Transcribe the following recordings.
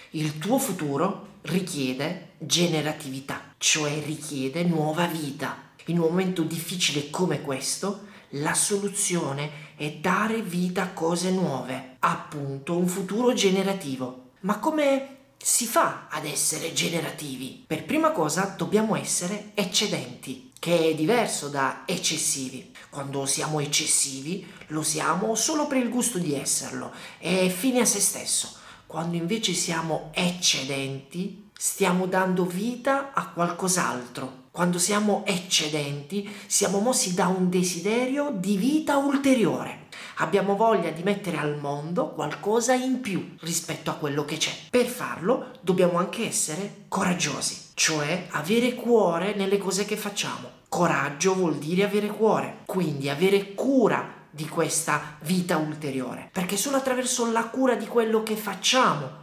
Il tuo futuro richiede generatività, cioè richiede nuova vita. In un momento difficile come questo, la soluzione è dare vita a cose nuove, appunto un futuro generativo. Ma come si fa ad essere generativi? Per prima cosa dobbiamo essere eccedenti, che è diverso da eccessivi. Quando siamo eccessivi lo siamo solo per il gusto di esserlo, è fine a se stesso. Quando invece siamo eccedenti, stiamo dando vita a qualcos'altro. Quando siamo eccedenti, siamo mossi da un desiderio di vita ulteriore. Abbiamo voglia di mettere al mondo qualcosa in più rispetto a quello che c'è. Per farlo dobbiamo anche essere coraggiosi, cioè avere cuore nelle cose che facciamo. Coraggio vuol dire avere cuore, quindi avere cura di questa vita ulteriore, perché solo attraverso la cura di quello che facciamo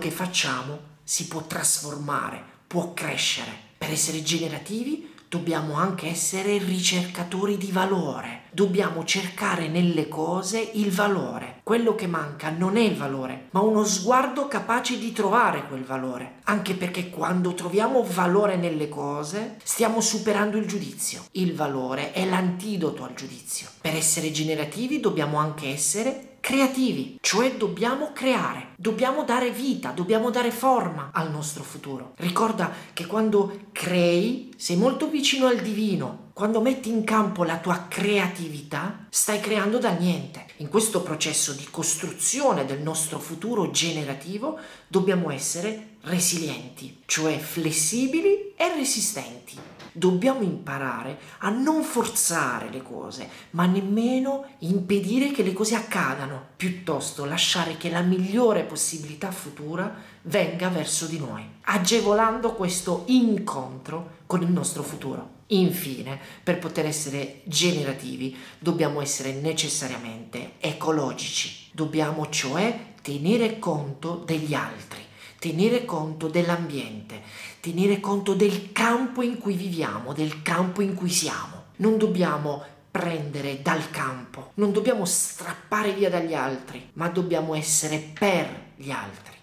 si può trasformare, può crescere. Per essere generativi dobbiamo anche essere ricercatori di valore, dobbiamo cercare nelle cose il valore. Quello che manca non è il valore, ma uno sguardo capace di trovare quel valore, anche perché quando troviamo valore nelle cose stiamo superando il giudizio. Il valore è l'antidoto al giudizio. Per essere generativi dobbiamo anche essere creativi, cioè dobbiamo creare, dobbiamo dare vita, dobbiamo dare forma al nostro futuro. Ricorda che quando crei sei molto vicino al divino. Quando metti in campo la tua creatività, stai creando dal niente. In questo processo di costruzione del nostro futuro generativo dobbiamo essere resilienti, cioè flessibili e resistenti. Dobbiamo imparare a non forzare le cose, ma nemmeno impedire che le cose accadano, piuttosto lasciare che la migliore possibilità futura venga verso di noi, agevolando questo incontro con il nostro futuro. Infine, per poter essere generativi, dobbiamo essere necessariamente ecologici. Dobbiamo cioè tenere conto degli altri, tenere conto dell'ambiente, tenere conto del campo in cui viviamo, del campo in cui siamo. Non dobbiamo prendere dal campo, non dobbiamo strappare via dagli altri, ma dobbiamo essere per gli altri.